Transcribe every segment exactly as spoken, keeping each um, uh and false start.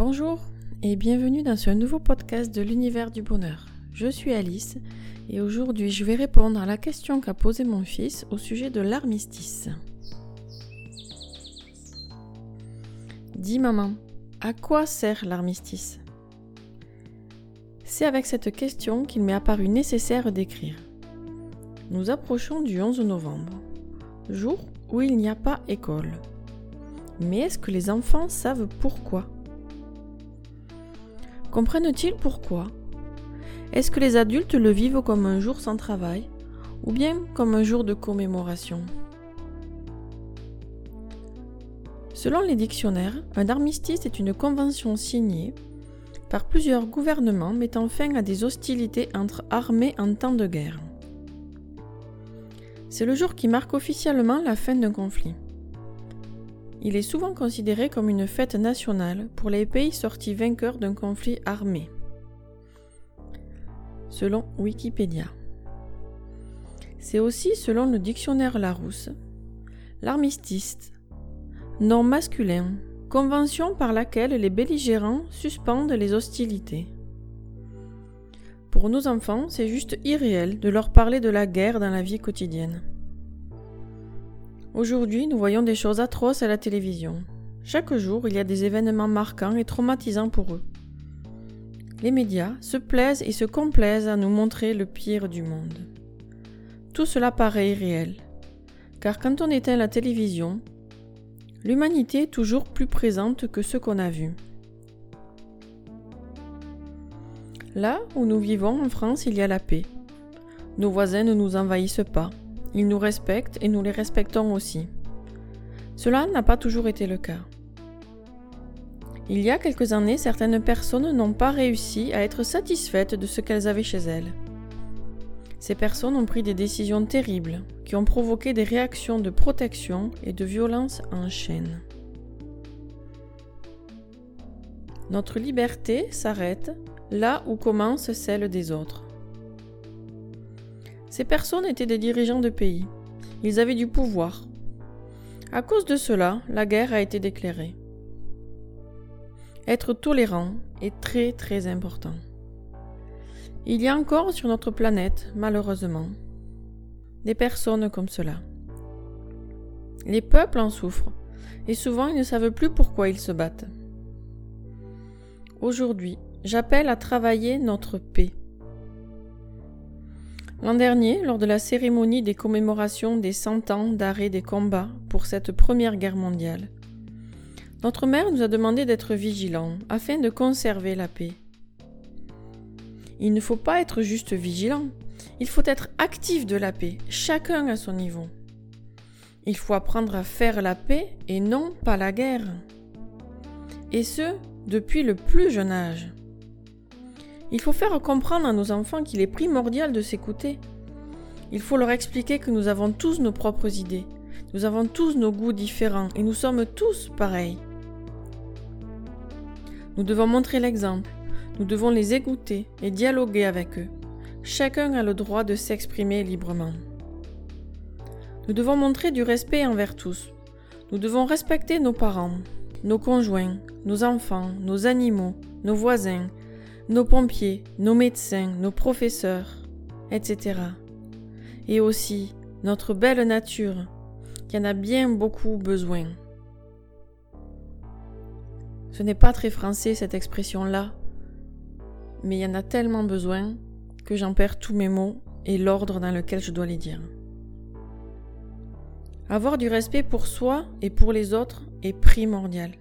Bonjour et bienvenue dans ce nouveau podcast de l'univers du bonheur. Je suis Alice et aujourd'hui je vais répondre à la question qu'a posée mon fils au sujet de l'armistice. Dis maman, à quoi sert l'armistice ? C'est avec cette question qu'il m'est apparu nécessaire d'écrire. Nous approchons du onze novembre, jour où il n'y a pas école. Mais est-ce que les enfants savent pourquoi ? Comprennent-ils pourquoi ? Est-ce que les adultes le vivent comme un jour sans travail ou bien comme un jour de commémoration ? Selon les dictionnaires, un armistice est une convention signée par plusieurs gouvernements mettant fin à des hostilités entre armées en temps de guerre. C'est le jour qui marque officiellement la fin d'un conflit. Il est souvent considéré comme une fête nationale pour les pays sortis vainqueurs d'un conflit armé, selon Wikipédia. C'est aussi, selon le dictionnaire Larousse, l'armistice, nom masculin, convention par laquelle les belligérants suspendent les hostilités. Pour nos enfants, c'est juste irréel de leur parler de la guerre dans la vie quotidienne. Aujourd'hui, nous voyons des choses atroces à la télévision. Chaque jour, il y a des événements marquants et traumatisants pour eux. Les médias se plaisent et se complaisent à nous montrer le pire du monde. Tout cela paraît irréel, car quand on éteint la télévision, l'humanité est toujours plus présente que ce qu'on a vu. Là où nous vivons en France, il y a la paix. Nos voisins ne nous envahissent pas. Ils nous respectent et nous les respectons aussi. Cela n'a pas toujours été le cas. Il y a quelques années, certaines personnes n'ont pas réussi à être satisfaites de ce qu'elles avaient chez elles. Ces personnes ont pris des décisions terribles qui ont provoqué des réactions de protection et de violence en chaîne. Notre liberté s'arrête là où commence celle des autres. Ces personnes étaient des dirigeants de pays. Ils avaient du pouvoir. À cause de cela, la guerre a été déclarée. Être tolérant est très très important. Il y a encore sur notre planète, malheureusement, des personnes comme cela. Les peuples en souffrent et souvent ils ne savent plus pourquoi ils se battent. Aujourd'hui, j'appelle à travailler notre paix. L'an dernier, lors de la cérémonie des commémorations des cent ans d'arrêt des combats pour cette première guerre mondiale, notre mère nous a demandé d'être vigilants afin de conserver la paix. Il ne faut pas être juste vigilant, il faut être actif de la paix, chacun à son niveau. Il faut apprendre à faire la paix et non pas la guerre. Et ce, depuis le plus jeune âge. Il faut faire comprendre à nos enfants qu'il est primordial de s'écouter. Il faut leur expliquer que nous avons tous nos propres idées, nous avons tous nos goûts différents et nous sommes tous pareils. Nous devons montrer l'exemple, nous devons les écouter et dialoguer avec eux. Chacun a le droit de s'exprimer librement. Nous devons montrer du respect envers tous. Nous devons respecter nos parents, nos conjoints, nos enfants, nos animaux, nos voisins, nos pompiers, nos médecins, nos professeurs, et cetera. Et aussi notre belle nature, qui en a bien beaucoup besoin. Ce n'est pas très français cette expression-là, mais il y en a tellement besoin que j'en perds tous mes mots et l'ordre dans lequel je dois les dire. Avoir du respect pour soi et pour les autres est primordial.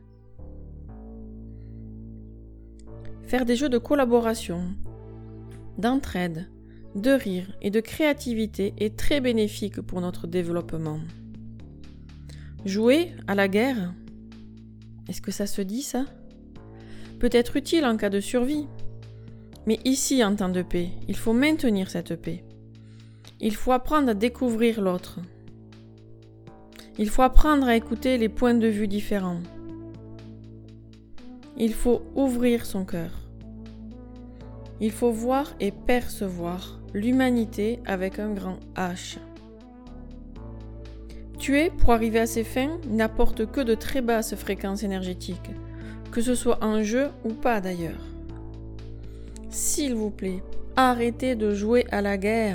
Faire des jeux de collaboration, d'entraide, de rire et de créativité est très bénéfique pour notre développement. Jouer à la guerre, est-ce que ça se dit ça ? Peut être utile en cas de survie. Mais ici, en temps de paix, il faut maintenir cette paix. Il faut apprendre à découvrir l'autre. Il faut apprendre à écouter les points de vue différents. Il faut ouvrir son cœur. Il faut voir et percevoir l'humanité avec un grand H. Tuer pour arriver à ses fins n'apporte que de très basses fréquences énergétiques. que ce soit un jeu ou pas d'ailleurs. S'il vous plaît, arrêtez de jouer à la guerre.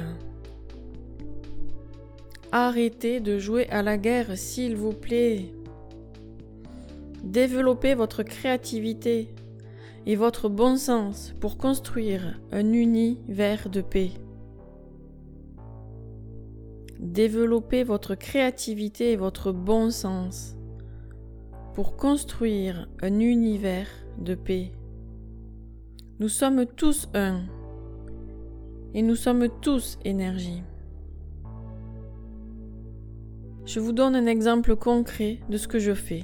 Arrêtez de jouer à la guerre, s'il vous plaît. Développez votre créativité et votre bon sens pour construire un univers de paix. Développez votre créativité et votre bon sens pour construire un univers de paix. Nous sommes tous un et nous sommes tous énergie. Je vous donne un exemple concret de ce que je fais.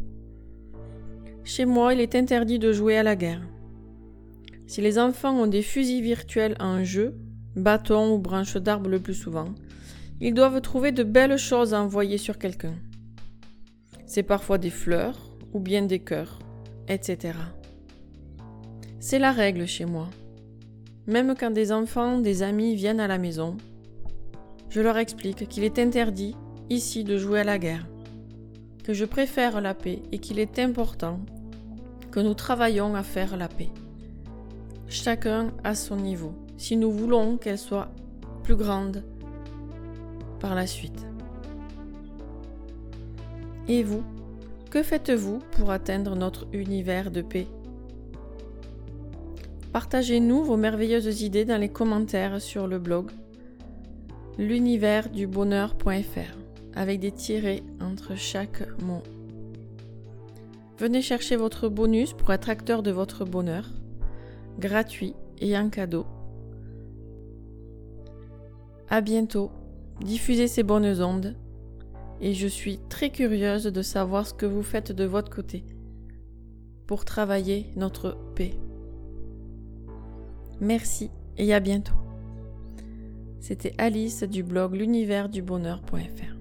Chez moi, il est interdit de jouer à la guerre. Si les enfants ont des fusils virtuels en jeu, bâtons ou branches d'arbres le plus souvent, ils doivent trouver de belles choses à envoyer sur quelqu'un. C'est parfois des fleurs ou bien des cœurs, et cetera. C'est la règle chez moi. Même quand des enfants, des amis viennent à la maison, je leur explique qu'il est interdit ici de jouer à la guerre, que je préfère la paix et qu'il est important que nous travaillions à faire la paix. Chacun à son niveau, si nous voulons qu'elle soit plus grande par la suite. Et vous, que faites-vous pour atteindre notre univers de paix ? Partagez-nous vos merveilleuses idées dans les commentaires sur le blog l'univers du bonheur point f r avec des tirets entre chaque mot. Venez chercher votre bonus pour être acteur de votre bonheur, gratuit et en cadeau. À bientôt. Diffusez ces bonnes ondes et je suis très curieuse de savoir ce que vous faites de votre côté pour travailler notre paix. Merci et à bientôt. C'était Alice du blog l'univers du bonheur point f r.